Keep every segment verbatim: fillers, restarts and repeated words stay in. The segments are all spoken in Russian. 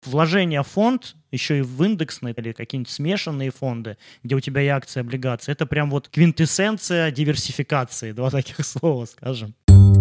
Вложение в фонд, еще и в индексные или какие-нибудь смешанные фонды, где у тебя и акции, и облигации, это прям вот квинтэссенция диверсификации, два таких слова скажем.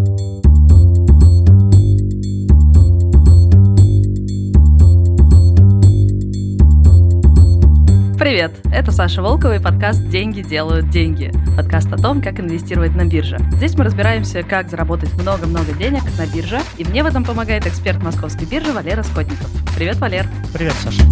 Привет, это Саша Волкова и подкаст «Деньги делают деньги». Подкаст о том, как инвестировать на бирже. Здесь мы разбираемся, как заработать много-много денег на бирже, и мне в этом помогает эксперт московской биржи Валера Скотников. Привет, Валер. Привет, Саша.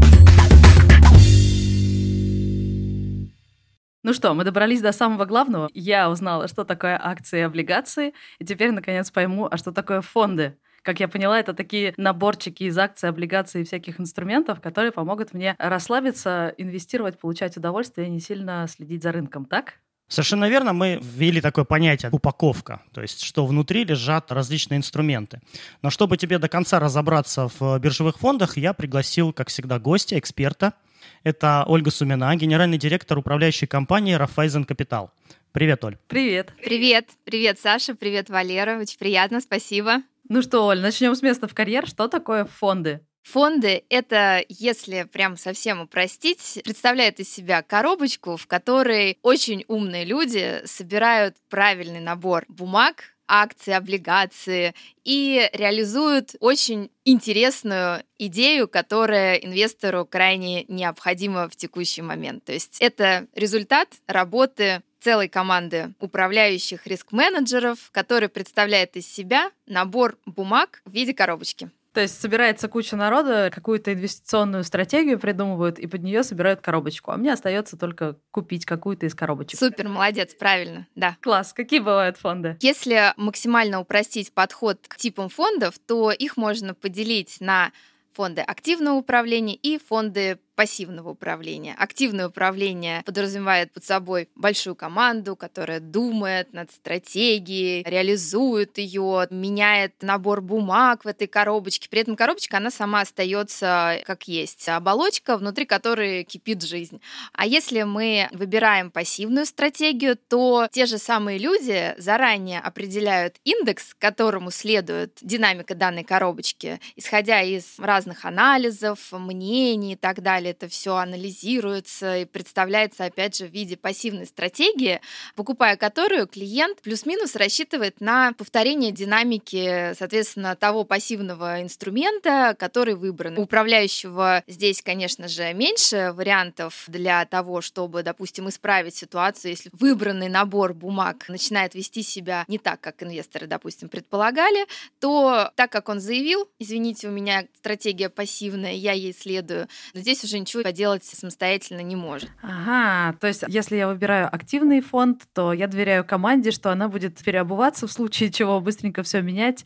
Ну что, мы добрались до самого главного. Я узнала, что такое акции и облигации, и теперь, наконец, пойму, а что такое фонды. Как я поняла, это такие наборчики из акций, облигаций и всяких инструментов, которые помогут мне расслабиться, инвестировать, получать удовольствие и не сильно следить за рынком, так? Совершенно верно, мы ввели такое понятие упаковка, то есть что внутри лежат различные инструменты. Но чтобы тебе до конца разобраться в биржевых фондах, я пригласил, как всегда, гостя, эксперта. Это Ольга Сумина, генеральный директор управляющей компании Raiffeisen Capital. Привет, Оль. Привет. Привет. Привет, Саша. Привет, Валера. Очень приятно, спасибо. Ну что, Оль, начнем с места в карьер. Что такое фонды? Фонды — это, если прям совсем упростить, представляют из себя коробочку, в которой очень умные люди собирают правильный набор бумаг, акции, облигации и реализуют очень интересную идею, которая инвестору крайне необходима в текущий момент. То есть это результат работы целой команды управляющих риск-менеджеров, который представляет из себя набор бумаг в виде коробочки. То есть собирается куча народа, какую-то инвестиционную стратегию придумывают и под нее собирают коробочку. А мне остается только купить какую-то из коробочек. Супер, молодец, правильно, да. Класс. Какие бывают фонды? Если максимально упростить подход к типам фондов, то их можно поделить на фонды активного управления и фонды пассивного управления. Активное управление подразумевает под собой большую команду, которая думает над стратегией, реализует ее, меняет набор бумаг в этой коробочке. При этом коробочка, она сама остается как есть. Оболочка, внутри которой кипит жизнь. А если мы выбираем пассивную стратегию, то те же самые люди заранее определяют индекс, которому следует динамика данной коробочки, исходя из разных анализов, мнений и так далее. Это все анализируется и представляется, опять же, в виде пассивной стратегии, покупая которую клиент плюс-минус рассчитывает на повторение динамики, соответственно, того пассивного инструмента, который выбран. У управляющего здесь, конечно же, меньше вариантов для того, чтобы, допустим, исправить ситуацию, если выбранный набор бумаг начинает вести себя не так, как инвесторы, допустим, предполагали, то так как он заявил, извините, у меня стратегия пассивная, я ей следую, здесь уже ничего поделать самостоятельно не может. Ага, то есть если я выбираю активный фонд, то я доверяю команде, что она будет переобуваться в случае чего, быстренько все менять,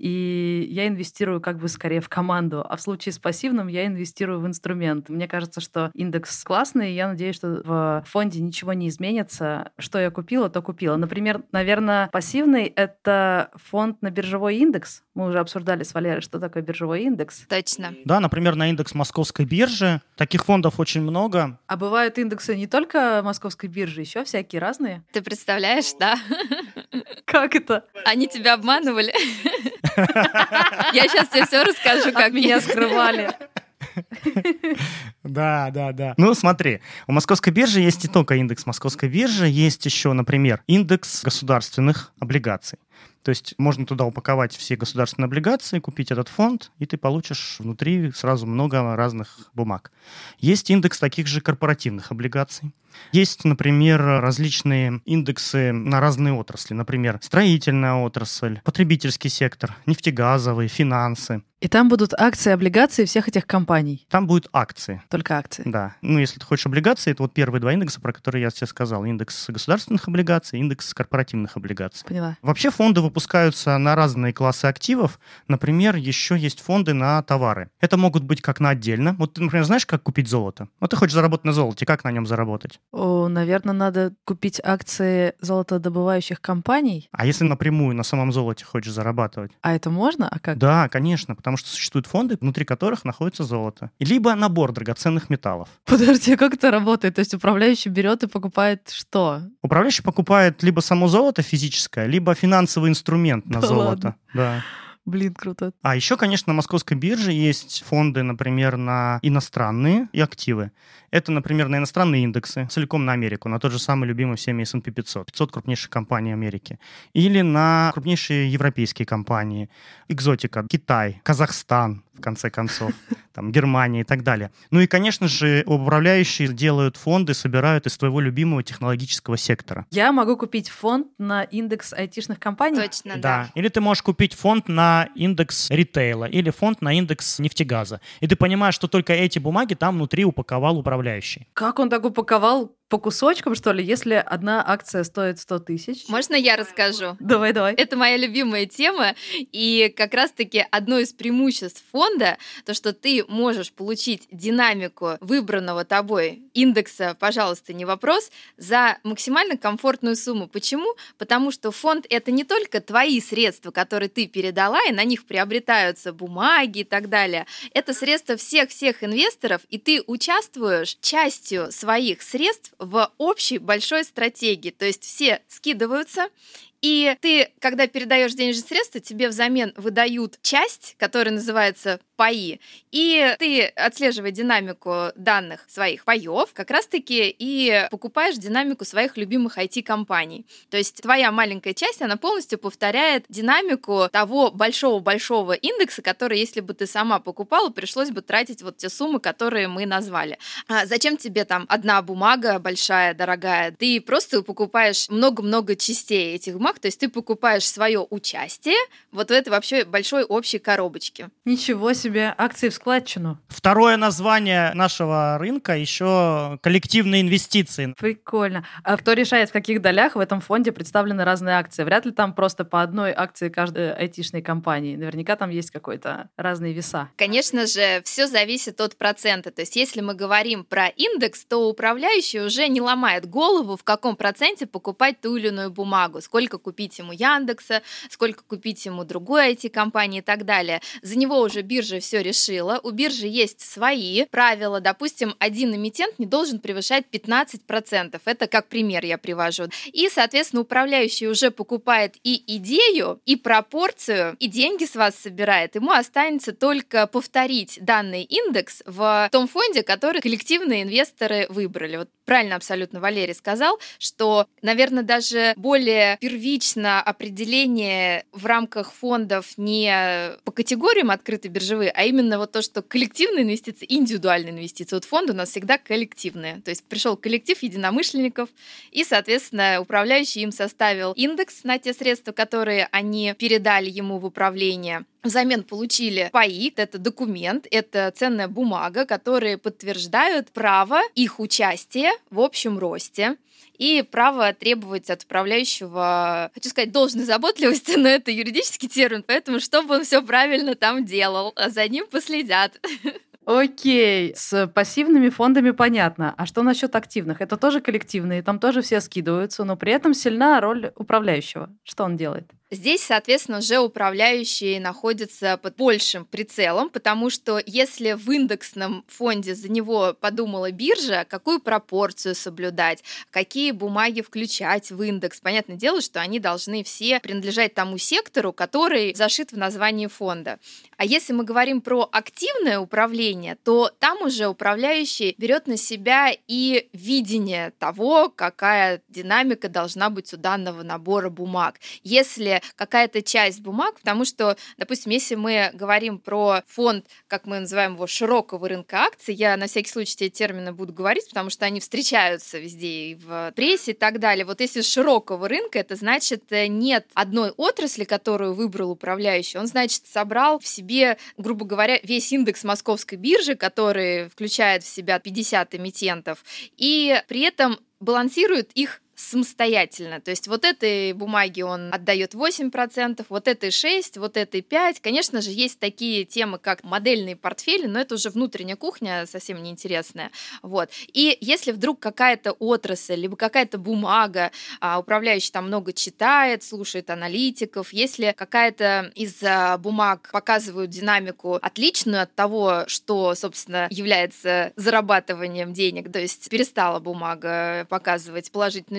и я инвестирую как бы скорее в команду, а в случае с пассивным я инвестирую в инструмент. Мне кажется, что индекс классный, и я надеюсь, что в фонде ничего не изменится. Что я купила, то купила. Например, наверное, пассивный — это фонд на биржевой индекс. Мы уже обсуждали с Валерой, что такое биржевой индекс. Точно. Да, например, на индекс Московской биржи. Таких фондов очень много. А бывают индексы не только Московской биржи, еще всякие разные. Ты представляешь, да? Как это? Они тебя обманывали. Я сейчас тебе все расскажу, как меня скрывали. Да, да, да. Ну, смотри, у Московской биржи есть не только индекс Московской биржи, есть еще, например, индекс государственных облигаций. То есть можно туда упаковать все государственные облигации, купить этот фонд, и ты получишь внутри сразу много разных бумаг. Есть индекс таких же корпоративных облигаций. Есть, например, различные индексы на разные отрасли. Например, строительная отрасль, потребительский сектор, нефтегазовый, финансы. И там будут акции, облигации всех этих компаний? Там будут акции. Только акции? Да. Ну, если ты хочешь облигации, это вот первые два индекса, про которые я тебе сказал. Индекс государственных облигаций, индекс корпоративных облигаций. Поняла. Вообще фонды выпускаются на разные классы активов. Например, еще есть фонды на товары. Это могут быть как на отдельно. Вот ты, например, знаешь, как купить золото? Вот ты хочешь заработать на золоте, как на нем заработать? О, наверное, надо купить акции золотодобывающих компаний. А если напрямую на самом золоте хочешь зарабатывать? А это можно? А как? Да, конечно, потому что существуют фонды, внутри которых находится золото. Либо набор драгоценных металлов. Подожди, как это работает? То есть управляющий берет и покупает что? Управляющий покупает либо само золото физическое, либо финансовый инструмент на Да золото. ладно? Да. Блин, круто. А еще, конечно, на московской бирже есть фонды, например, на иностранные и активы. Это, например, на иностранные индексы, целиком на Америку, на тот же самый любимый всеми эс энд пи пятьсот, пятьсот крупнейших компаний Америки. Или на крупнейшие европейские компании, экзотика, Китай, Казахстан, в конце концов, там, Германия и так далее. Ну и, конечно же, управляющие делают фонды, собирают из твоего любимого технологического сектора. Я могу купить фонд на индекс айтишных компаний? Точно, да. Да. Или ты можешь купить фонд на индекс ритейла, или фонд на индекс нефтегаза. И ты понимаешь, что только эти бумаги там внутри упаковал управляющий. Как он так упаковал? По кусочкам, что ли, если одна акция стоит сто тысяч? Можно я расскажу? Давай, давай. Это моя любимая тема, и как раз-таки одно из преимуществ фонда, то, что ты можешь получить динамику выбранного тобой индекса, пожалуйста, не вопрос, за максимально комфортную сумму. Почему? Потому что фонд — это не только твои средства, которые ты передала, и на них приобретаются бумаги и так далее. Это средства всех-всех инвесторов, и ты участвуешь частью своих средств в общей большой стратегии. То есть все скидываются, и ты, когда передаешь денежные средства, тебе взамен выдают часть, которая называется паи, и ты, отслеживая динамику данных своих паев, как раз-таки и покупаешь динамику своих любимых ай ти-компаний. То есть твоя маленькая часть, она полностью повторяет динамику того большого-большого индекса, который, если бы ты сама покупала, пришлось бы тратить вот те суммы, которые мы назвали. А зачем тебе там одна бумага большая, дорогая? Ты просто покупаешь много-много частей этих бумаг, то есть ты покупаешь свое участие вот в этой вообще большой общей коробочке. Ничего себе. себе акции в складчину. Второе название нашего рынка еще коллективные инвестиции. Прикольно. А кто решает, в каких долях в этом фонде представлены разные акции? Вряд ли там просто по одной акции каждой айтишной компании. Наверняка там есть какой-то разные веса. Конечно же, все зависит от процента. То есть если мы говорим про индекс, то управляющий уже не ломает голову, в каком проценте покупать ту или иную бумагу. Сколько купить ему Яндекса, сколько купить ему другой ай ти-компании и так далее. За него уже биржа все решила. У биржи есть свои правила. Допустим, один эмитент не должен превышать пятнадцать процентов. Это как пример я привожу. И, соответственно, управляющий уже покупает и идею, и пропорцию, и деньги с вас собирает. Ему останется только повторить данный индекс в том фонде, который коллективные инвесторы выбрали. Вот правильно абсолютно Валерий сказал, что, наверное, даже более первично определение в рамках фондов не по категориям открытой биржевые, а именно вот то, что коллективные инвестиции, индивидуальные инвестиции. Вот фонды у нас всегда коллективные. То есть пришел коллектив единомышленников, и, соответственно, управляющий им составил индекс на те средства, которые они передали ему в управление. Взамен получили паи, это документ, это ценная бумага, которые подтверждают право их участия в общем росте и право требовать от управляющего, хочу сказать, должной заботливости, но это юридический термин, поэтому чтобы он все правильно там делал, а за ним последят. Окей, с пассивными фондами понятно. А что насчет активных? Это тоже коллективные, там тоже все скидываются, но при этом сильна роль управляющего. Что он делает? Здесь, соответственно, уже управляющие находятся под большим прицелом, потому что если в индексном фонде за него подумала биржа, какую пропорцию соблюдать, какие бумаги включать в индекс, понятное дело, что они должны все принадлежать тому сектору, который зашит в названии фонда. А если мы говорим про активное управление, то там уже управляющий берет на себя и видение того, какая динамика должна быть у данного набора бумаг. Если какая-то часть бумаг, потому что, допустим, если мы говорим про фонд, как мы называем его, широкого рынка акций, я на всякий случай эти термины буду говорить, потому что они встречаются везде и в прессе и так далее. Вот если широкого рынка, это значит нет одной отрасли, которую выбрал управляющий, он, значит, собрал в себе, грубо говоря, весь индекс московской биржи, который включает в себя пятьдесят эмитентов, и при этом балансирует их самостоятельно. То есть вот этой бумаге он отдает восемь процентов, вот этой шесть процентов, вот этой пять процентов. Конечно же, есть такие темы, как модельные портфели, но это уже внутренняя кухня, совсем неинтересная. Вот. И если вдруг какая-то отрасль, либо какая-то бумага, а, управляющий там много читает, слушает аналитиков, если какая-то из а, бумаг показывает динамику отличную от того, что, собственно, является зарабатыванием денег, то есть перестала бумага показывать положительную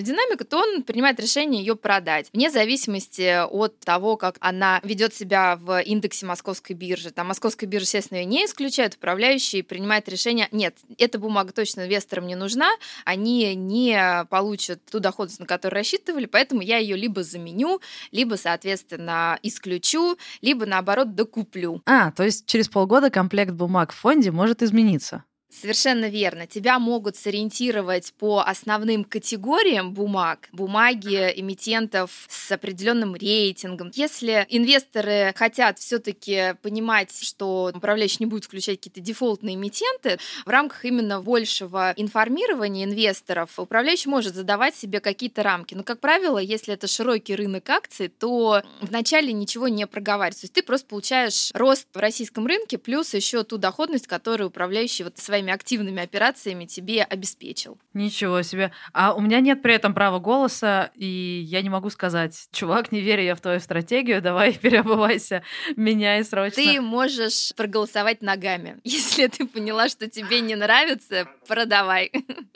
динамика, то он принимает решение ее продать. Вне зависимости от того, как она ведет себя в индексе Московской биржи. Там Московская биржа, естественно, ее не исключает, управляющий принимает решение: нет, эта бумага точно инвесторам не нужна, они не получат ту доходность, на которую рассчитывали, поэтому я ее либо заменю, либо, соответственно, исключу, либо, наоборот, докуплю. А, то есть через полгода комплект бумаг в фонде может измениться. Совершенно верно. Тебя могут сориентировать по основным категориям бумаг, бумаги эмитентов с определенным рейтингом. Если инвесторы хотят все-таки понимать, что управляющий не будет включать какие-то дефолтные эмитенты, в рамках именно большего информирования инвесторов управляющий может задавать себе какие-то рамки. Но, как правило, если это широкий рынок акций, то вначале ничего не проговаривается. То есть ты просто получаешь рост в российском рынке плюс еще ту доходность, которую управляющий вот своими активными операциями тебе обеспечил. Ничего себе. А у меня нет при этом права голоса, и я не могу сказать: чувак, не верю я в твою стратегию, давай переобувайся, меняй срочно. Ты можешь проголосовать ногами. Если ты поняла, что тебе не нравится, продавай.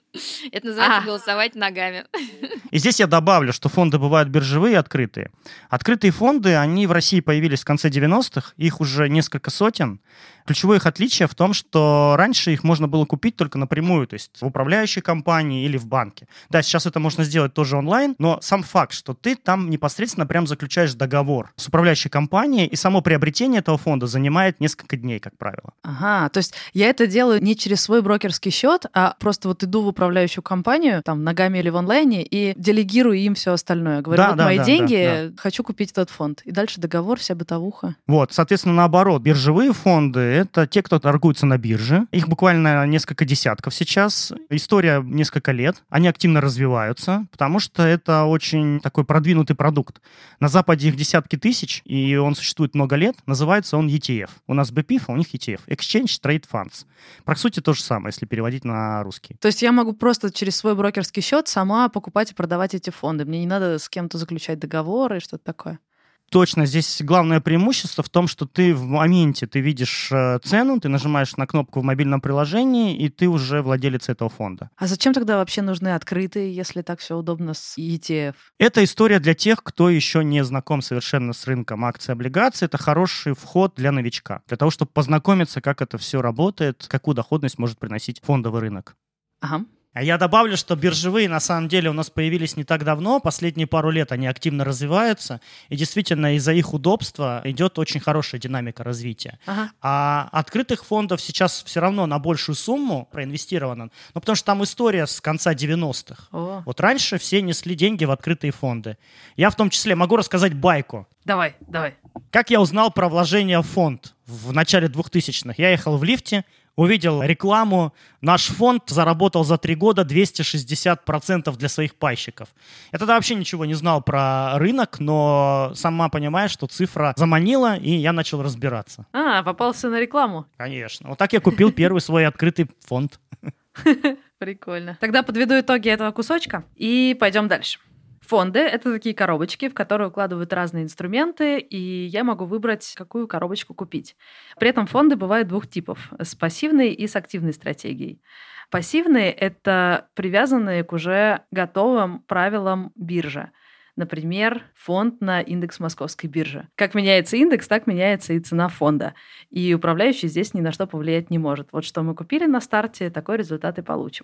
Это называется а. голосовать ногами. И здесь я добавлю, что фонды бывают биржевые и открытые. Открытые фонды, они в России появились в конце девяностых, их уже несколько сотен. Ключевое их отличие в том, что раньше их можно было купить только напрямую, то есть в управляющей компании или в банке. Да, сейчас это можно сделать тоже онлайн, но сам факт, что ты там непосредственно прям заключаешь договор с управляющей компанией, и само приобретение этого фонда занимает несколько дней, как правило. Ага, то есть я это делаю не через свой брокерский счет, а просто вот иду в управляющую компанию, там, ногами или в онлайне, и делегирую им все остальное. Говорю: да, вот да, мои да, деньги, да, да. хочу купить этот фонд. И дальше договор, вся бытовуха. Вот, соответственно, наоборот, биржевые фонды — это те, кто торгуются на бирже. Их буквально несколько десятков сейчас. История несколько лет. Они активно развиваются, потому что это очень такой продвинутый продукт. На Западе их десятки тысяч, и он существует много лет. Называется он и ти эф. У нас би пи эф, а у них и ти эф. Exchange Trade Funds. По сути, то же самое, если переводить на русский. То есть я могу просто через свой брокерский счет сама покупать и продавать эти фонды. Мне не надо с кем-то заключать договоры и что-то такое. Точно, здесь главное преимущество в том, что ты в моменте ты видишь цену, ты нажимаешь на кнопку в мобильном приложении, и ты уже владелец этого фонда. А зачем тогда вообще нужны открытые, если так все удобно с и ти эф? Это история для тех, кто еще не знаком совершенно с рынком акций и облигаций. Это хороший вход для новичка, для того, чтобы познакомиться, как это все работает, какую доходность может приносить фондовый рынок. Ага. А я добавлю, что биржевые на самом деле у нас появились не так давно, последние пару лет они активно развиваются, и действительно из-за их удобства идет очень хорошая динамика развития. Ага. А открытых фондов сейчас все равно на большую сумму проинвестировано, ну потому что там история с конца девяностых. О. Вот раньше все несли деньги в открытые фонды. Я в том числе могу рассказать байку. Давай, давай. Как я узнал про вложение в фонд в начале двухтысячных? Я ехал в лифте, увидел рекламу. Наш фонд заработал за три года двести шестьдесят процентов для своих пайщиков. Я тогда вообще ничего не знал про рынок, но сама понимаешь, что цифра заманила, и я начал разбираться. А, попался на рекламу. Конечно. Вот так я купил первый свой открытый фонд. Прикольно. Тогда подведу итоги этого кусочка и пойдем дальше. Фонды — это такие коробочки, в которые укладывают разные инструменты, и я могу выбрать, какую коробочку купить. При этом фонды бывают двух типов — с пассивной и с активной стратегией. Пассивные — это привязанные к уже готовым правилам биржи. Например, фонд на индекс Московской биржи. Как меняется индекс, так меняется и цена фонда. И управляющий здесь ни на что повлиять не может. Вот что мы купили на старте, такой результат и получим.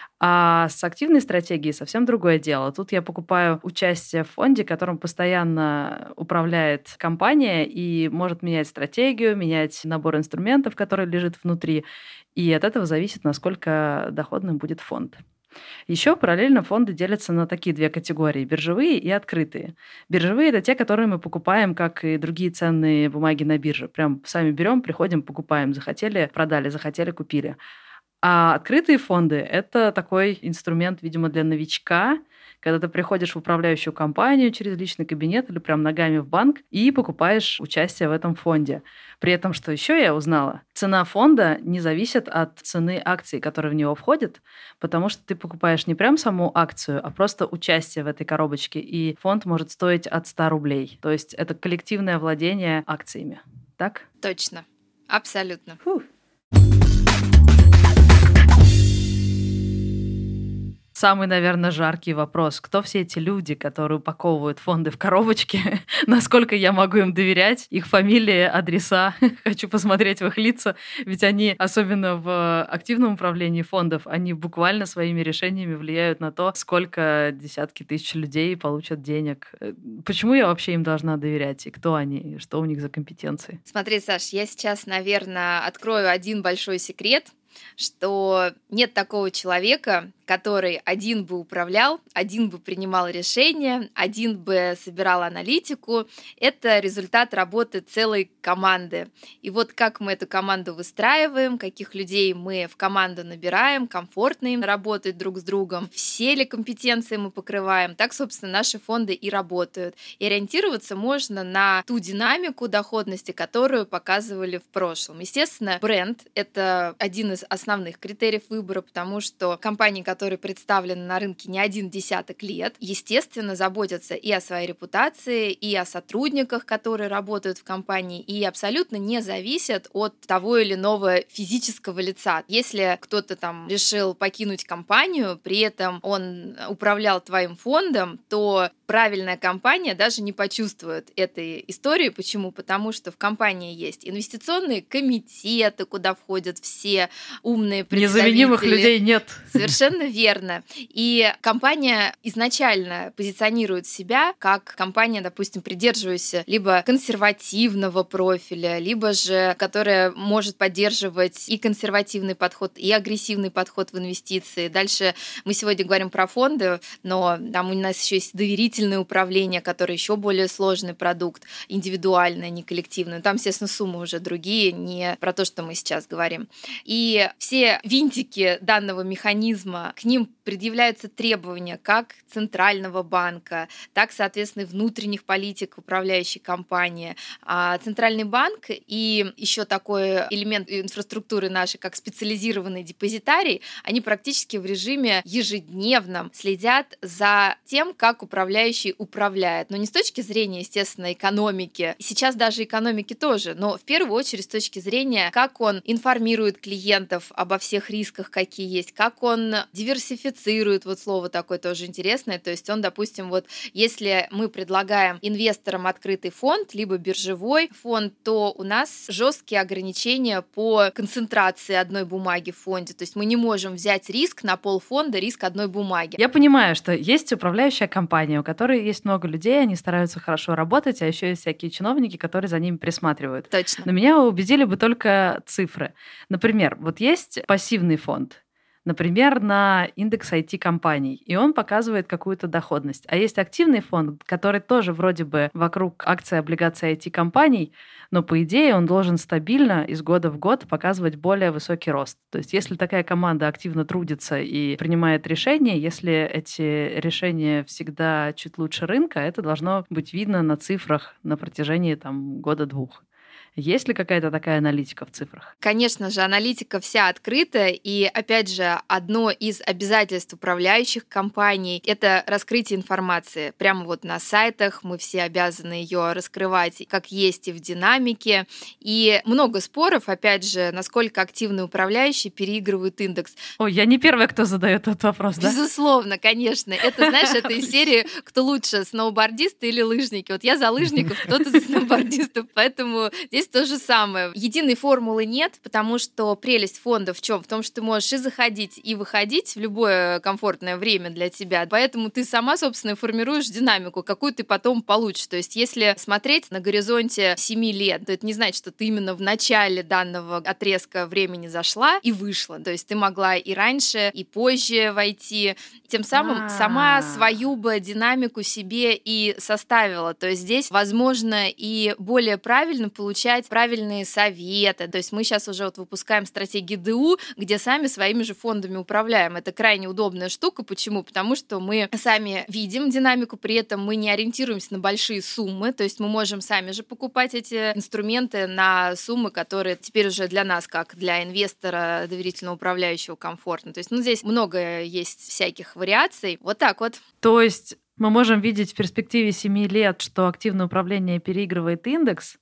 А с активной стратегией совсем другое дело. Тут я покупаю участие в фонде, которым постоянно управляет компания и может менять стратегию, менять набор инструментов, который лежит внутри. И от этого зависит, насколько доходным будет фонд. Еще параллельно фонды делятся на такие две категории – биржевые и открытые. Биржевые – это те, которые мы покупаем, как и другие ценные бумаги на бирже. Прям сами берем, приходим, покупаем. Захотели – продали, захотели – купили. А открытые фонды – это такой инструмент, видимо, для новичка, когда ты приходишь в управляющую компанию через личный кабинет или прям ногами в банк и покупаешь участие в этом фонде. При этом, что еще я узнала, цена фонда не зависит от цены акций, которые в него входят, потому что ты покупаешь не прям саму акцию, а просто участие в этой коробочке, и фонд может стоить от ста рублей. То есть это коллективное владение акциями. Так? Точно. Абсолютно. Фух. самый, наверное, жаркий вопрос. Кто все эти люди, которые упаковывают фонды в коробочки? Насколько я могу им доверять? Их фамилии, адреса. Хочу посмотреть в их лица. Ведь они, особенно в активном управлении фондов, они буквально своими решениями влияют на то, сколько десятки тысяч людей получат денег. Почему я вообще им должна доверять? И кто они? И что у них за компетенции? Смотри, Саш, я сейчас, наверное, открою один большой секрет, что нет такого человека, который один бы управлял, один бы принимал решения, один бы собирал аналитику. Это результат работы целой команды. И вот как мы эту команду выстраиваем, каких людей мы в команду набираем, комфортно им работать друг с другом, все ли компетенции мы покрываем, так, собственно, наши фонды и работают. И ориентироваться можно на ту динамику доходности, которую показывали в прошлом. Естественно, бренд — это один из основных критериев выбора, потому что компании, которые представлены на рынке не один десяток лет, естественно, заботятся и о своей репутации, и о сотрудниках, которые работают в компании, и абсолютно не зависят от того или иного физического лица. Если кто-то там решил покинуть компанию, при этом он управлял твоим фондом, то правильная компания даже не почувствует этой истории. Почему? Потому что в компании есть инвестиционные комитеты, куда входят все умные представители. Незаменимых людей нет. Совершенно верно. И компания изначально позиционирует себя как компания, допустим, придерживающаяся либо консервативного профиля, либо же которая может поддерживать и консервативный подход, и агрессивный подход в инвестиции. Дальше мы сегодня говорим про фонды, но там у нас еще есть доверительное управление, которое еще более сложный продукт, индивидуальное, не коллективное. Там, естественно, суммы уже другие, не про то, что мы сейчас говорим. И все винтики данного механизма, к ним предъявляются требования как Центрального банка, так, соответственно, и внутренних политик управляющей компании. А Центральный банк и еще такой элемент инфраструктуры нашей, как специализированный депозитарий, они практически в режиме ежедневном следят за тем, как управляющий управляет. Но не с точки зрения, естественно, экономики. Сейчас даже экономики тоже, но в первую очередь с точки зрения, как он информирует клиентов обо всех рисках, какие есть, как он диверсифицирует, вот слово такое тоже интересное, то есть он, допустим, вот если мы предлагаем инвесторам открытый фонд, либо биржевой фонд, то у нас жесткие ограничения по концентрации одной бумаги в фонде, то есть мы не можем взять риск на полфонда, риск одной бумаги. Я понимаю, что есть управляющая компания, у которой есть много людей, они стараются хорошо работать, а еще есть всякие чиновники, которые за ними присматривают. Точно. Но меня убедили бы только цифры. Например, вот есть пассивный фонд, например, на индекс ай ти-компаний, и он показывает какую-то доходность. А есть активный фонд, который тоже вроде бы вокруг акций, облигаций ай ти-компаний, но, по идее, он должен стабильно из года в год показывать более высокий рост. То есть если такая команда активно трудится и принимает решения, если эти решения всегда чуть лучше рынка, это должно быть видно на цифрах на протяжении там, года-двух. Есть ли какая-то такая аналитика в цифрах? Конечно же, аналитика вся открыта, и, опять же, одно из обязательств управляющих компаний — это раскрытие информации. Прямо вот на сайтах мы все обязаны ее раскрывать, как есть и в динамике. И много споров, опять же, насколько активный управляющий переигрывает индекс. Ой, я не первая, кто задает этот вопрос, да? Безусловно, конечно. Это, знаешь, это из серии «Кто лучше, сноубордисты или лыжники?» Вот я за лыжников, кто-то за сноубордистов, поэтому здесь то же самое. Единой формулы нет, потому что прелесть фонда в чем? В том, что ты можешь и заходить, и выходить в любое комфортное время для тебя. Поэтому ты сама, собственно, формируешь динамику, какую ты потом получишь. То есть если смотреть на горизонте семи лет, то это не значит, что ты именно в начале данного отрезка времени зашла и вышла. То есть ты могла и раньше, и позже войти. Тем самым А-а-а. сама свою бы динамику себе и составила. То есть здесь, возможно, и более правильно получать правильные советы. То есть мы сейчас уже вот выпускаем стратегии ДУ, где сами своими же фондами управляем. Это крайне удобная штука. Почему? Потому что мы сами видим динамику, при этом мы не ориентируемся на большие суммы. То есть мы можем сами же покупать эти инструменты на суммы, которые теперь уже для нас, как для инвестора, доверительного управляющего, комфортно. То есть, ну, здесь много есть всяких вариаций. Вот так вот. То есть мы можем видеть в перспективе семи лет, что активное управление переигрывает индекс,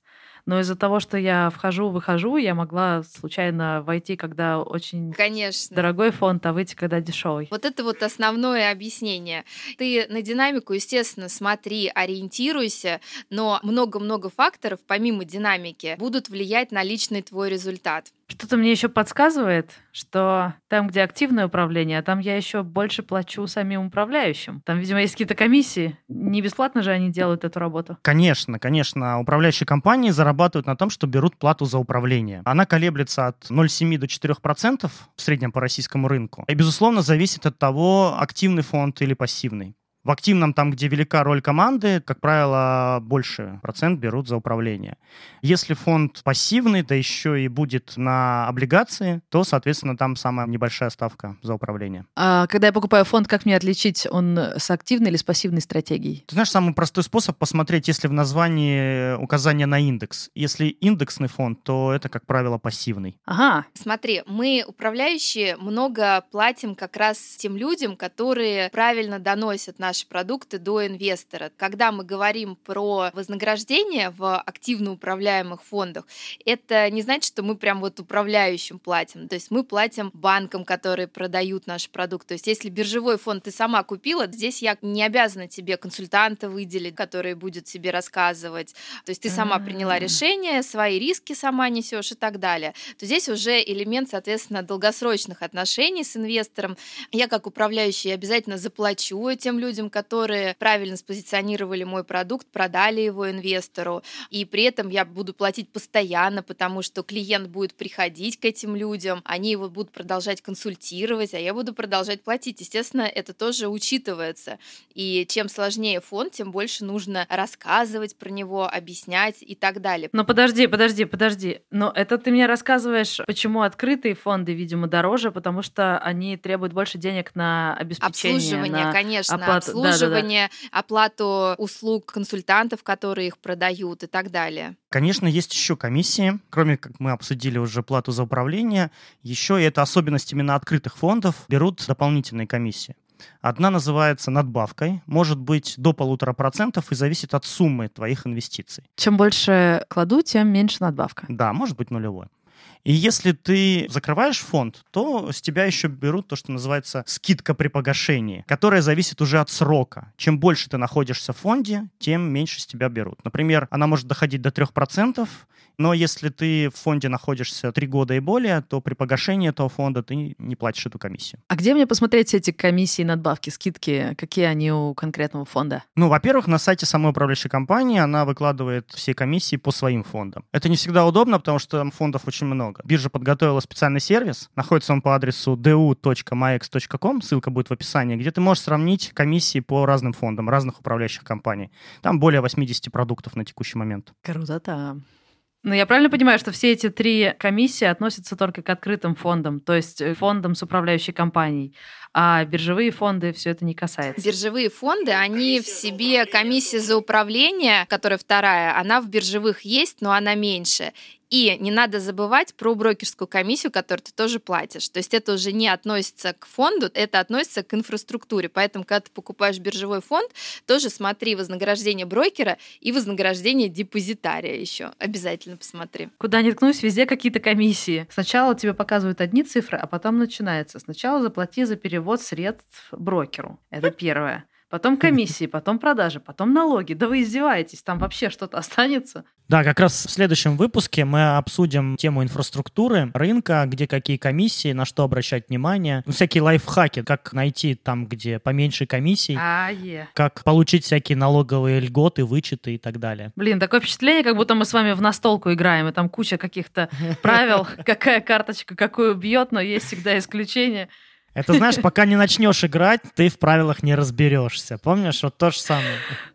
Но из-за того, что я вхожу-выхожу, я могла случайно войти, когда очень Конечно. дорогой фонд, а выйти, когда дешевый. Вот это вот основное объяснение. Ты на динамику, естественно, смотри, ориентируйся, но много-много факторов, помимо динамики, будут влиять на личный твой результат. Что-то мне еще подсказывает, что там, где активное управление, там я еще больше плачу самим управляющим. Там, видимо, есть какие-то комиссии. Не бесплатно же они делают эту работу. Конечно, конечно. Управляющие компании зарабатывают на том, что берут плату за управление. Она колеблется от ноль целых семи десятых до четырёх процентов в среднем по российскому рынку. И, безусловно, зависит от того, активный фонд или пассивный. В активном, там, где велика роль команды, как правило, больше процент берут за управление. Если фонд пассивный, да еще и будет на облигации, то, соответственно, там самая небольшая ставка за управление. А когда я покупаю фонд, как мне отличить, он с активной или с пассивной стратегией? Ты знаешь, самый простой способ посмотреть, если в названии указание на индекс. Если индексный фонд, то это, как правило, пассивный. Ага. Смотри, мы, управляющие, много платим как раз тем людям, которые правильно доносят наши продукты до инвестора. Когда мы говорим про вознаграждение в активно управляемых фондах, это не значит, что мы прям вот управляющим платим. То есть мы платим банкам, которые продают наш продукт. То есть если биржевой фонд ты сама купила, здесь я не обязана тебе консультанта выделить, который будет тебе рассказывать. То есть ты сама приняла решение, свои риски сама несешь и так далее. То здесь уже элемент, соответственно, долгосрочных отношений с инвестором. Я как управляющий обязательно заплачу этим людям, которые правильно спозиционировали мой продукт, продали его инвестору, и при этом я буду платить постоянно, потому что клиент будет приходить к этим людям, они его будут продолжать консультировать, а я буду продолжать платить. Естественно, это тоже учитывается. И чем сложнее фонд, тем больше нужно рассказывать про него, объяснять и так далее. Но подожди, подожди, подожди. Но это ты мне рассказываешь, почему открытые фонды, видимо, дороже, потому что они требуют больше денег на обеспечение. Обслуживание, на конечно, оплату. обслуживание, Да, да, да. оплату услуг консультантов, которые их продают и так далее. Конечно, есть еще комиссии, кроме, как мы обсудили уже, плату за управление, еще и это особенность именно открытых фондов, берут дополнительные комиссии. Одна называется надбавкой, может быть до полутора процентов и зависит от суммы твоих инвестиций. Чем больше кладу, тем меньше надбавка. Да, может быть нулевой. И если ты закрываешь фонд, то с тебя еще берут то, что называется скидка при погашении, которая зависит уже от срока. Чем больше ты находишься в фонде, тем меньше с тебя берут. Например, она может доходить до трех процентов, но если ты в фонде находишься три года и более, то при погашении этого фонда ты не платишь эту комиссию. А где мне посмотреть эти комиссии, надбавки, скидки? Какие они у конкретного фонда? Ну, во-первых, на сайте самой управляющей компании она выкладывает все комиссии по своим фондам. Это не всегда удобно, потому что там фондов очень много. Биржа подготовила специальный сервис. Находится он по адресу ди ю точка маекс точка ком. Ссылка будет в описании, где ты можешь сравнить комиссии по разным фондам, разных управляющих компаний. Там более восемьдесят продуктов на текущий момент. Круто-то. Ну, я правильно понимаю, что все эти три комиссии относятся только к открытым фондам, то есть фондам с управляющей компанией, а биржевые фонды все это не касается? Биржевые фонды, они в себе, комиссия за управление, которая вторая, она в биржевых есть, но она меньше. И не надо забывать про брокерскую комиссию, которую ты тоже платишь. То есть это уже не относится к фонду, это относится к инфраструктуре. Поэтому, когда ты покупаешь биржевой фонд, тоже смотри вознаграждение брокера и вознаграждение депозитария еще. Обязательно посмотри. Куда ни ткнусь, везде какие-то комиссии. Сначала тебе показывают одни цифры, а потом начинается. Сначала заплати за перевод средств брокеру. Это первое. Потом комиссии, потом продажи, потом налоги. Да вы издеваетесь, там вообще что-то останется? Да, как раз в следующем выпуске мы обсудим тему инфраструктуры, рынка, где какие комиссии, на что обращать внимание. Ну, всякие лайфхаки, как найти там, где поменьше комиссий, а, е. как получить всякие налоговые льготы, вычеты и так далее. Блин, такое впечатление, как будто мы с вами в настолку играем, и там куча каких-то правил, какая карточка какую бьет, но есть всегда исключения. Это, знаешь, пока не начнешь играть, ты в правилах не разберешься. Помнишь, вот то же самое.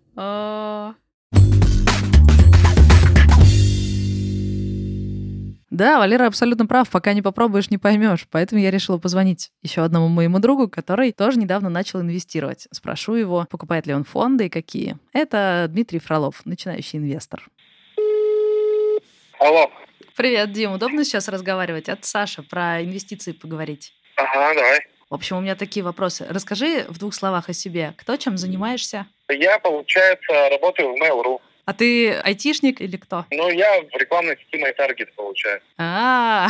Да, Валера абсолютно прав. Пока не попробуешь, не поймешь. Поэтому я решила позвонить еще одному моему другу, который тоже недавно начал инвестировать. Спрошу его, покупает ли он фонды и какие. Это Дмитрий Фролов, начинающий инвестор. Алло. Привет, Дим. Удобно сейчас разговаривать? Это Саша, про инвестиции поговорить. Ага, давай. В общем, у меня такие вопросы. Расскажи в двух словах о себе. Кто чем занимаешься? Я, получается, работаю в Mail точка ру. А ты айтишник или кто? Ну, я в рекламной сети MyTarget, получается. А,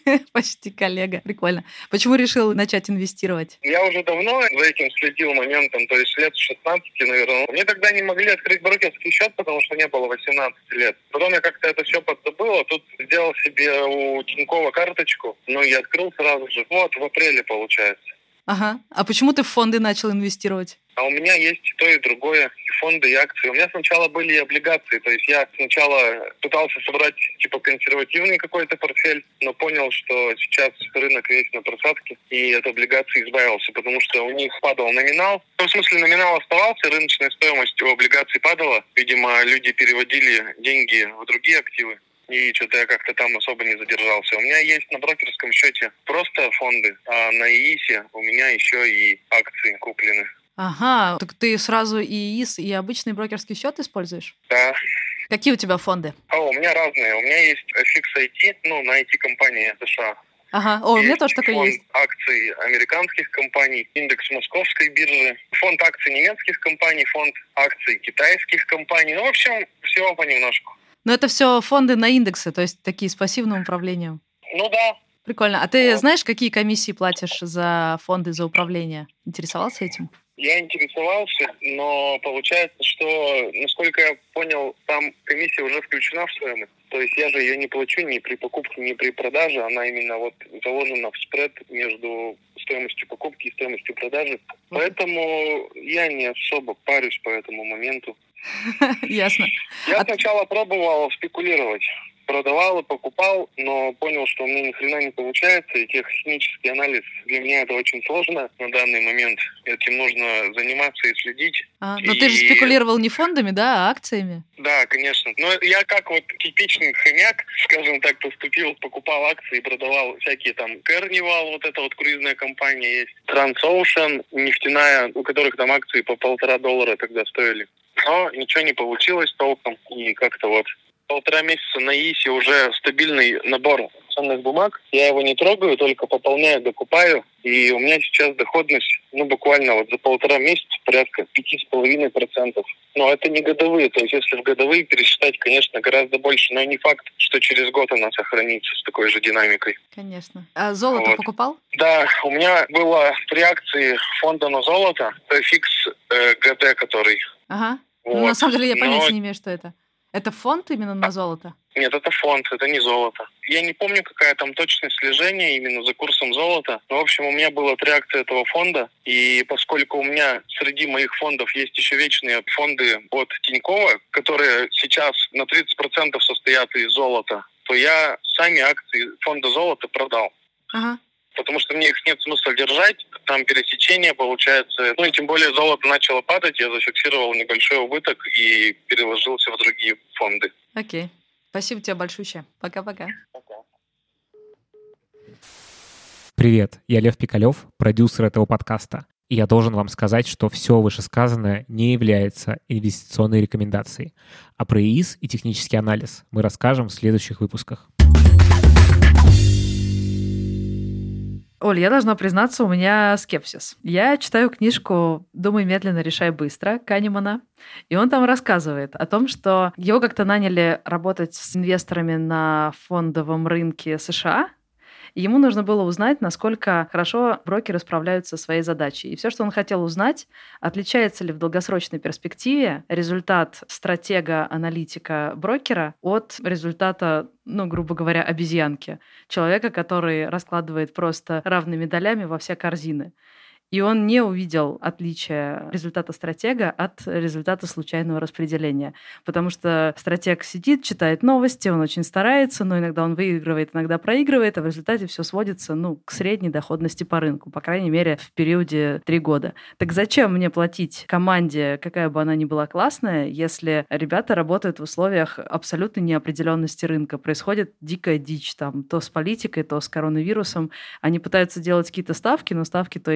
почти коллега. Прикольно. Почему решил начать инвестировать? Я уже давно за этим следил моментом, то есть лет шестнадцать, наверное. Мне тогда не могли открыть брокерский счет, потому что не было восемнадцати лет. Потом я как-то это все подзабыл, а тут сделал себе у Тинькова карточку, ну и открыл сразу же. Вот, в апреле, получается. Ага. А почему ты в фонды начал инвестировать? А у меня есть и то, и другое, и фонды, и акции. У меня сначала были и облигации, то есть я сначала пытался собрать типа консервативный какой-то портфель, но понял, что сейчас рынок весь на просадке, и от облигаций избавился, потому что у них падал номинал. Ну, в смысле, номинал оставался, рыночная стоимость у облигаций падала. Видимо, люди переводили деньги в другие активы. И что-то я как-то там особо не задержался. У меня есть на брокерском счете просто фонды, а на ИИСе у меня еще и акции куплены. Ага, так ты сразу и ИИС, и обычный брокерский счет используешь? Да. Какие у тебя фонды? А, у меня разные. У меня есть фикс ай ти, ну, на ай ти-компании США. Ага, о, у меня тоже такой фонд есть. Акций американских компаний, индекс московской биржи, фонд акций немецких компаний, фонд акций китайских компаний. Ну, в общем, всего понемножку. Но это все фонды на индексы, то есть такие с пассивным управлением. Ну да. Прикольно. А ты Вот. знаешь, какие комиссии платишь за фонды, за управление? Интересовался этим? Я интересовался, но получается, что, насколько я понял, там комиссия уже включена в стоимость. То есть я же ее не плачу ни при покупке, ни при продаже. Она именно вот заложена в спред между стоимостью покупки и стоимостью продажи. Поэтому я не особо парюсь по этому моменту. Ясно. Я сначала пробовал спекулировать. Продавал и покупал, но понял, что у меня ни хрена не получается, и технический анализ для меня это очень сложно на данный момент. Этим нужно заниматься и следить. А, но и... ты же спекулировал не фондами, да, а акциями? Да, конечно. Но я как вот типичный хомяк, скажем так, поступил, покупал акции и продавал всякие там Carnival, вот эта вот круизная компания есть, Transocean, нефтяная, у которых там акции по полтора доллара тогда стоили. Но ничего не получилось толком, и как-то вот полтора месяца на ИИСе уже стабильный набор ценных бумаг. Я его не трогаю, только пополняю, докупаю. И у меня сейчас доходность, ну, буквально вот за полтора месяца порядка пяти с половиной процентов. Но это не годовые. То есть если в годовые пересчитать, конечно, гораздо больше. Но не факт, что через год она сохранится с такой же динамикой. Конечно. А золото Вот. покупал? Да, у меня было три акции фонда на золото. Это фикс э, ГД, который. Ага. Вот. Ну, на самом деле я понятия Но... не имею, что это. Это фонд именно на золото? Нет, это фонд, это не золото. Я не помню, какая там точность слежения именно за курсом золота. Но, в общем, у меня было три акции этого фонда. И поскольку у меня среди моих фондов есть еще вечные фонды от Тинькова, которые сейчас на тридцать процентов состоят из золота, то я сами акции фонда золота продал. Ага. Потому что мне их нет смысла держать, там пересечение получается. Ну и тем более золото начало падать, я зафиксировал небольшой убыток и переложился в другие фонды. Окей. Спасибо тебе большое. Пока-пока. Пока. Привет, я Лев Пикалев, продюсер этого подкаста. И я должен вам сказать, что все вышесказанное не является инвестиционной рекомендацией. А про ИИС и технический анализ мы расскажем в следующих выпусках. Оль, я должна признаться, у меня скепсис. Я читаю книжку «Думай медленно, решай быстро» Канемана, и он там рассказывает о том, что его как-то наняли работать с инвесторами на фондовом рынке США, и ему нужно было узнать, насколько хорошо брокеры справляются со своей задачей. И все, что он хотел узнать, отличается ли в долгосрочной перспективе результат стратега-аналитика брокера от результата, ну, грубо говоря, обезьянки. Человека, который раскладывает просто равными долями во все корзины. И он не увидел отличия результата стратега от результата случайного распределения. Потому что стратег сидит, читает новости, он очень старается, но иногда он выигрывает, иногда проигрывает, а в результате все сводится, ну, к средней доходности по рынку, по крайней мере, в периоде три года. Так зачем мне платить команде, какая бы она ни была классная, если ребята работают в условиях абсолютной неопределенности рынка? Происходит дикая дичь там, то с политикой, то с коронавирусом. Они пытаются делать какие-то ставки, но ставки то играют, то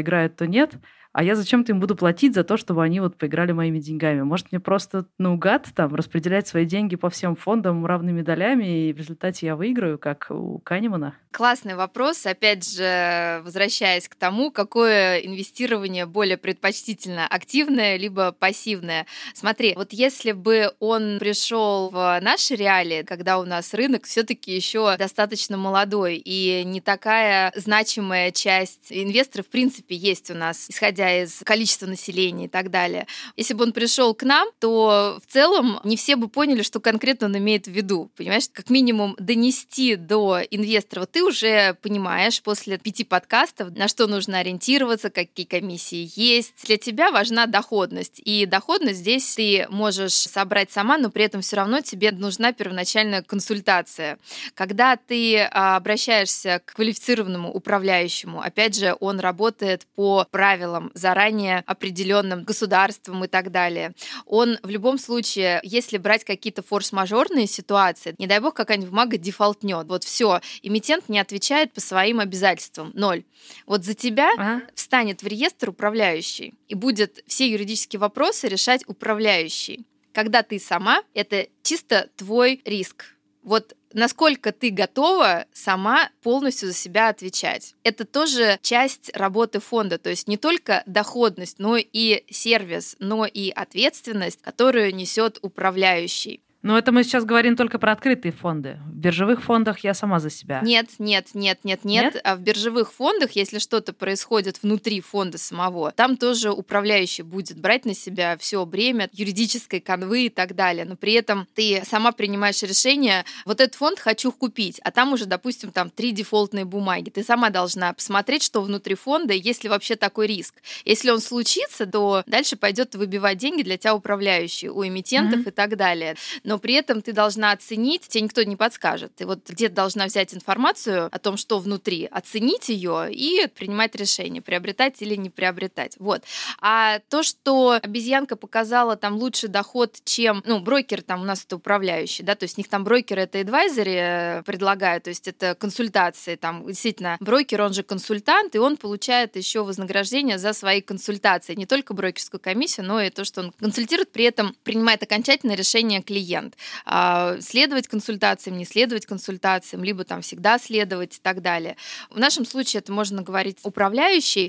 то нет, а я зачем-то им буду платить за то, чтобы они вот поиграли моими деньгами. Может, мне просто наугад там распределять свои деньги по всем фондам равными долями, и в результате я выиграю, как у Канемана? Классный вопрос. Опять же, возвращаясь к тому, какое инвестирование более предпочтительно, активное либо пассивное. Смотри, вот если бы он пришел в наши реалии, когда у нас рынок все-таки еще достаточно молодой и не такая значимая часть инвесторов в принципе есть у нас, исходя из количества населения и так далее. Если бы он пришел к нам, то в целом не все бы поняли, что конкретно он имеет в виду. Понимаешь, как минимум донести до инвестора. Вот ты уже понимаешь после пяти подкастов, на что нужно ориентироваться, какие комиссии есть. Для тебя важна доходность. И доходность здесь ты можешь собрать сама, но при этом все равно тебе нужна первоначальная консультация. Когда ты обращаешься к квалифицированному управляющему, опять же, он работает по правилам, заранее определенным государством и так далее. Он в любом случае, если брать какие-то форс-мажорные ситуации, не дай бог какая-нибудь бумага дефолтнет, вот все, эмитент не отвечает по своим обязательствам, ноль. Вот за тебя ага. встанет в реестр управляющий и будет все юридические вопросы решать управляющий. Когда ты сама, это чисто твой риск. Вот насколько ты готова сама полностью за себя отвечать. Это тоже часть работы фонда, то есть не только доходность, но и сервис, но и ответственность, которую несет управляющий. Но это мы сейчас говорим только про открытые фонды. В биржевых фондах я сама за себя. Нет, нет, нет, нет, нет. А в биржевых фондах, если что-то происходит внутри фонда самого, там тоже управляющий будет брать на себя все бремя юридической канвы и так далее. Но при этом ты сама принимаешь решение, вот этот фонд хочу купить, а там уже, допустим, там три дефолтные бумаги. Ты сама должна посмотреть, что внутри фонда, есть ли вообще такой риск. Если он случится, то дальше пойдет выбивать деньги для тебя управляющий, у эмитентов mm-hmm. и так далее. Но при этом ты должна оценить, тебе никто не подскажет. Ты вот где-то должна взять информацию о том, что внутри, оценить ее и принимать решение, приобретать или не приобретать. Вот. А то, что обезьянка показала там лучший доход, чем, ну, брокер там у нас это управляющий, да, то есть у них там брокеры это адвайзеры предлагают, то есть это консультации, там действительно брокер, он же консультант, и он получает еще вознаграждение за свои консультации, не только брокерскую комиссию, но и то, что он консультирует, при этом принимает окончательное решение клиент. Следовать консультациям, не следовать консультациям, либо там всегда следовать и так далее. В нашем случае это можно говорить управляющий,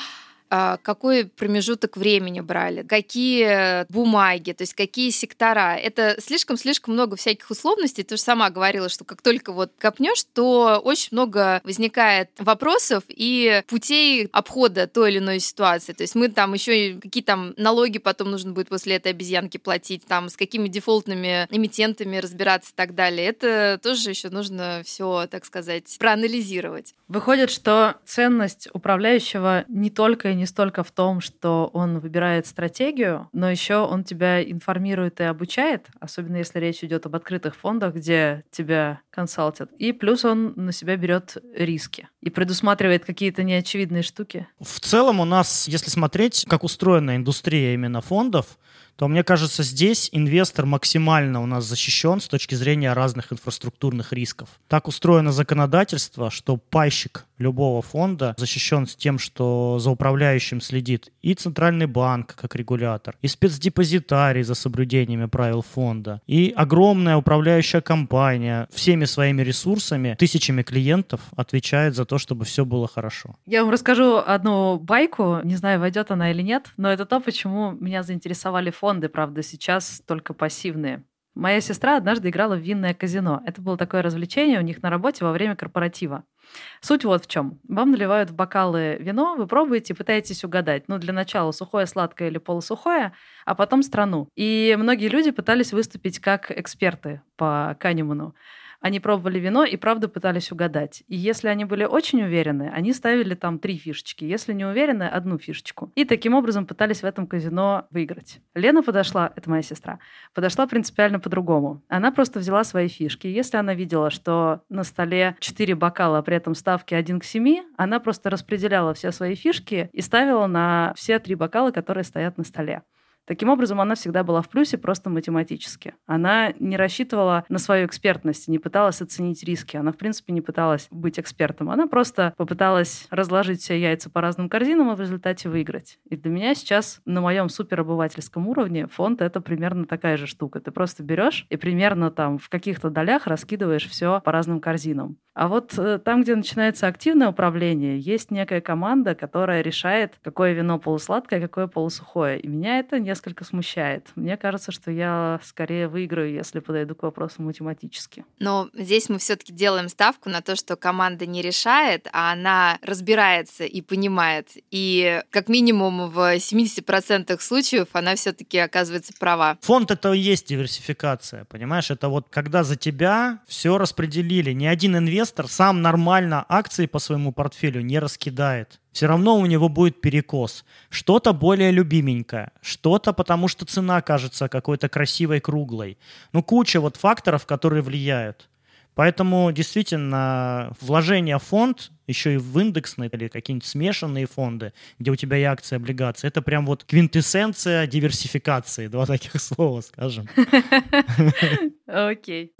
какой промежуток времени брали, какие бумаги, то есть какие сектора. Это слишком-слишком много всяких условностей. Ты же сама говорила, что как только вот копнешь, то очень много возникает вопросов и путей обхода той или иной ситуации. То есть мы там еще какие там налоги потом нужно будет после этой обезьянки платить, там с какими дефолтными эмитентами разбираться и так далее. Это тоже еще нужно все, так сказать, проанализировать. Выходит, что ценность управляющего не только и не столько в том, что он выбирает стратегию, но еще он тебя информирует и обучает, особенно если речь идет об открытых фондах, где тебя консалтят. И плюс он на себя берет риски и предусматривает какие-то неочевидные штуки. В целом у нас, если смотреть, как устроена индустрия именно фондов, то, мне кажется, здесь инвестор максимально у нас защищен с точки зрения разных инфраструктурных рисков. Так устроено законодательство, что пайщик любого фонда защищен с тем, что за управляющим следит и Центральный банк как регулятор, и спецдепозитарий за соблюдениями правил фонда, и огромная управляющая компания всеми своими ресурсами, тысячами клиентов отвечает за то, чтобы все было хорошо. Я вам расскажу одну байку, не знаю, войдет она или нет, но это то, почему меня заинтересовали фонды. Фонды, правда, сейчас только пассивные. Моя сестра однажды играла в винное казино. Это было такое развлечение у них на работе во время корпоратива. Суть вот в чем. Вам наливают в бокалы вино, вы пробуете и пытаетесь угадать. Ну, для начала сухое, сладкое или полусухое, а потом страну. И многие люди пытались выступить как эксперты по Канеману. Они пробовали вино и, правда, пытались угадать. И если они были очень уверены, они ставили там три фишечки. Если не уверены, одну фишечку. И таким образом пытались в этом казино выиграть. Лена подошла, это моя сестра, подошла принципиально по-другому. Она просто взяла свои фишки. Если она видела, что на столе четыре бокала, а при этом ставки один к семи, она просто распределяла все свои фишки и ставила на все три бокала, которые стоят на столе. Таким образом, она всегда была в плюсе просто математически. Она не рассчитывала на свою экспертность, не пыталась оценить риски. Она, в принципе, не пыталась быть экспертом. Она просто попыталась разложить все яйца по разным корзинам и в результате выиграть. И для меня сейчас на моем суперобывательском уровне фонд — это примерно такая же штука. Ты просто берешь и примерно там в каких-то долях раскидываешь все по разным корзинам. А вот э, там, где начинается активное управление, есть некая команда, которая решает, какое вино полусладкое, какое полусухое. И меня это несколько смущает. Мне кажется, что я скорее выиграю, если подойду к вопросу математически. Но здесь мы все-таки делаем ставку на то, что команда не решает, а она разбирается и понимает. И как минимум в семьдесят процентов случаев она все-таки оказывается права. Фонд — это и есть диверсификация, понимаешь? Это вот когда за тебя все распределили. Ни один инвестор сам нормально акции по своему портфелю не раскидает. Все равно у него будет перекос. Что-то более любименькое, что-то потому, что цена кажется какой-то красивой, круглой. Ну, куча вот факторов, которые влияют. Поэтому действительно вложение в фонд, еще и в индексные или какие-нибудь смешанные фонды, где у тебя и акции, и облигации, это прям вот квинтэссенция диверсификации, два таких слова скажем. Окей.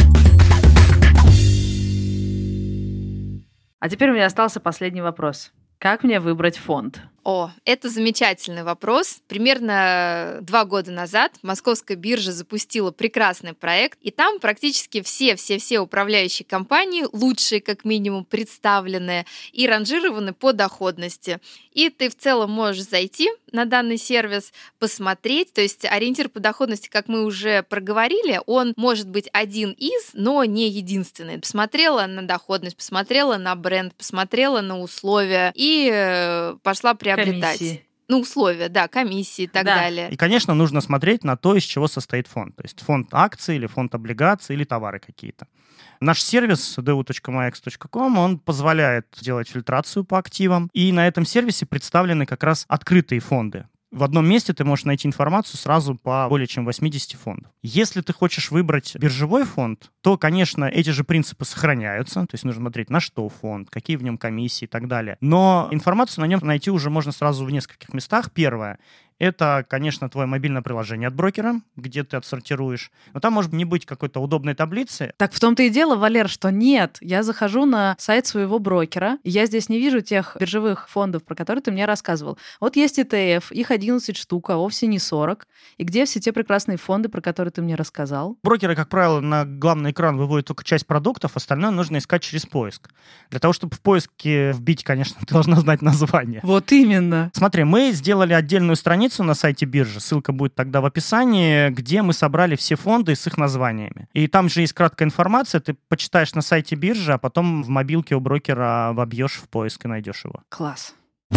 А теперь у меня остался последний вопрос. Как мне выбрать фонд? О, это замечательный вопрос. Примерно два года назад Московская биржа запустила прекрасный проект, и там практически все-все-все управляющие компании, лучшие как минимум, представлены и ранжированы по доходности. И ты в целом можешь зайти на данный сервис, посмотреть, то есть ориентир по доходности, как мы уже проговорили, он может быть один из, но не единственный. Посмотрела на доходность, посмотрела на бренд, посмотрела на условия и пошла приобретать. Комиссии. Ну, условия, да, комиссии и так Да. далее. И, конечно, нужно смотреть на то, из чего состоит фонд. То есть фонд акций или фонд облигаций или товары какие-то. Наш сервис ди ю точка маекс точка ком, он позволяет делать фильтрацию по активам. И на этом сервисе представлены как раз открытые фонды. В одном месте ты можешь найти информацию сразу по более чем восьмидесяти фондам. Если ты хочешь выбрать биржевой фонд, то, конечно, эти же принципы сохраняются. То есть нужно смотреть, на что фонд, какие в нем комиссии и так далее. Но информацию на нем найти уже можно сразу в нескольких местах. Первое — это, конечно, твое мобильное приложение от брокера, где ты отсортируешь. Но там может не быть какой-то удобной таблицы. Так в том-то и дело, Валер, что нет. Я захожу на сайт своего брокера, и я здесь не вижу тех биржевых фондов, про которые ты мне рассказывал. Вот есть и ти эф, их одиннадцать штук, а вовсе не сорок. И где все те прекрасные фонды, про которые ты мне рассказал? Брокеры, как правило, на главный экран выводят только часть продуктов, остальное нужно искать через поиск. Для того, чтобы в поиске вбить, конечно, ты должна знать название. Вот именно. Смотри, мы сделали отдельную страницу на сайте биржи, ссылка будет тогда в описании, где мы собрали все фонды с их названиями. И там же есть краткая информация, ты почитаешь на сайте биржи, а потом в мобилке у брокера вобьешь в поиск и найдешь его. Класс.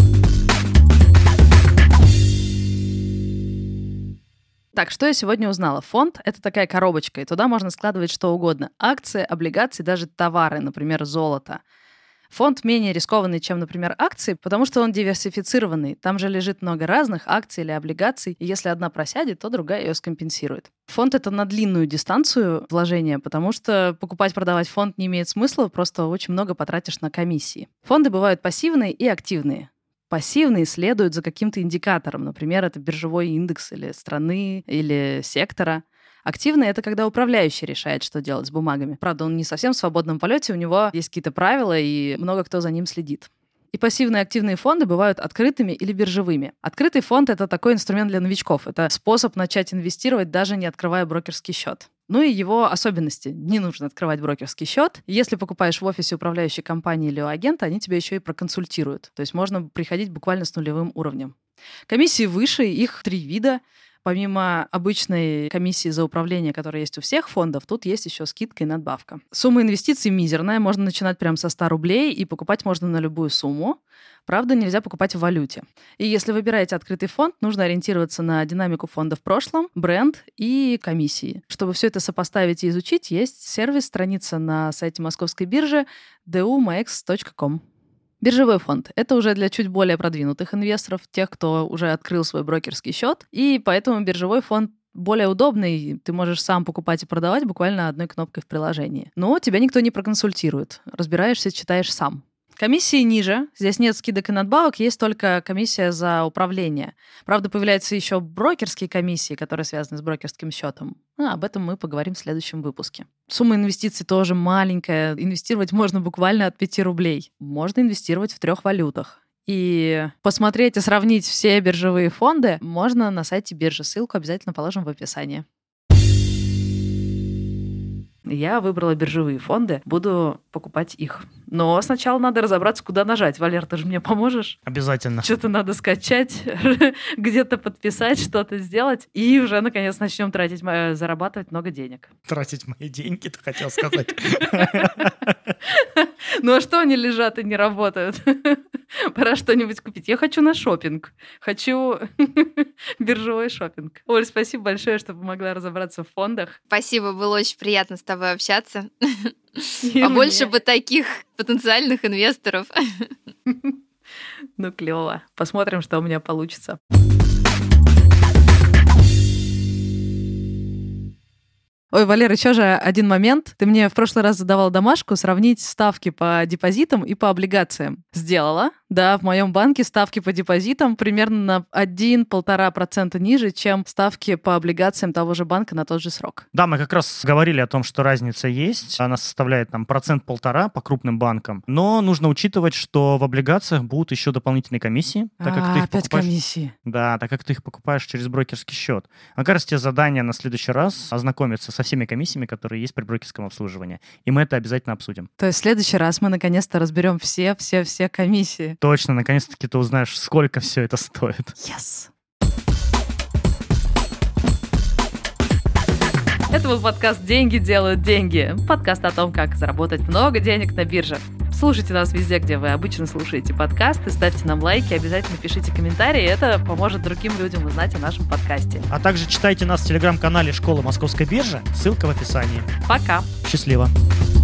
Так, что я сегодня узнала? Фонд — это такая коробочка, и туда можно складывать что угодно. Акции, облигации, даже товары, например, золото. Фонд менее рискованный, чем, например, акции, потому что он диверсифицированный. Там же лежит много разных акций или облигаций, и если одна просядет, то другая ее скомпенсирует. Фонд — это на длинную дистанцию вложения, потому что покупать-продавать фонд не имеет смысла, просто очень много потратишь на комиссии. Фонды бывают пассивные и активные. Пассивные следуют за каким-то индикатором, например, это биржевой индекс или страны, или сектора. Активный — это когда управляющий решает, что делать с бумагами. Правда, он не совсем в свободном полете, у него есть какие-то правила, и много кто за ним следит. И пассивные и активные фонды бывают открытыми или биржевыми. Открытый фонд — это такой инструмент для новичков. Это способ начать инвестировать, даже не открывая брокерский счет. Ну и его особенности. Не нужно открывать брокерский счет. Если покупаешь в офисе управляющей компании или у агента, они тебя еще и проконсультируют. То есть можно приходить буквально с нулевым уровнем. Комиссии выше, их три вида. Помимо обычной комиссии за управление, которая есть у всех фондов, тут есть еще скидка и надбавка. Сумма инвестиций мизерная, можно начинать прямо со ста рублей, и покупать можно на любую сумму. Правда, нельзя покупать в валюте. И если выбираете открытый фонд, нужно ориентироваться на динамику фонда в прошлом, бренд и комиссии. Чтобы все это сопоставить и изучить, есть сервис, страница на сайте Московской биржи ди ю маекс точка ком. Биржевой фонд — это уже для чуть более продвинутых инвесторов, тех, кто уже открыл свой брокерский счет, и поэтому биржевой фонд более удобный, ты можешь сам покупать и продавать буквально одной кнопкой в приложении. Но тебя никто не проконсультирует, разбираешься, читаешь сам. Комиссии ниже. Здесь нет скидок и надбавок, есть только комиссия за управление. Правда, появляются еще брокерские комиссии, которые связаны с брокерским счетом. А, об этом мы поговорим в следующем выпуске. Сумма инвестиций тоже маленькая. Инвестировать можно буквально от пяти рублей. Можно инвестировать в трех валютах. И посмотреть и сравнить все биржевые фонды можно на сайте биржи. Ссылку обязательно положим в описании. Я выбрала биржевые фонды, буду покупать их. Но сначала надо разобраться, куда нажать. Валер, ты же мне поможешь? Обязательно. Что-то надо скачать, где-то подписать, что-то сделать, и уже, наконец, начнем тратить, зарабатывать много денег. Тратить мои деньги, ты хотел сказать. Ну а что они лежат и не работают? Пора что-нибудь купить. Я хочу на шопинг. Хочу биржевой шопинг. Оль, спасибо большое, что помогла разобраться в фондах. Спасибо, было очень приятно с тобой общаться. И Побольше мне. бы таких потенциальных инвесторов. Ну, клево. Посмотрим, что у меня получится. Ой, Валер, еще же один момент. Ты мне в прошлый раз задавал домашку сравнить ставки по депозитам и по облигациям. Сделала. Да, в моем банке ставки по депозитам примерно на один-полтора процента ниже, чем ставки по облигациям того же банка на тот же срок. Да, мы как раз говорили о том, что разница есть. Она составляет там процент-полтора по крупным банкам. Но нужно учитывать, что в облигациях будут еще дополнительные комиссии. Так как а, ты их опять покупаешь... комиссии. Да, так как ты их покупаешь через брокерский счет. А как раз тебе задание на следующий раз ознакомиться со всеми комиссиями, которые есть при брокерском обслуживании. И мы это обязательно обсудим. То есть в следующий раз мы наконец-то разберем все-все-все комиссии. Точно, наконец-таки ты узнаешь, сколько все это стоит. Yes! Это был подкаст «Деньги делают деньги». Подкаст о том, как заработать много денег на бирже. Слушайте нас везде, где вы обычно слушаете подкасты, ставьте нам лайки, обязательно пишите комментарии, это поможет другим людям узнать о нашем подкасте. А также читайте нас в телеграм-канале «Школа Московской биржи», ссылка в описании. Пока! Счастливо!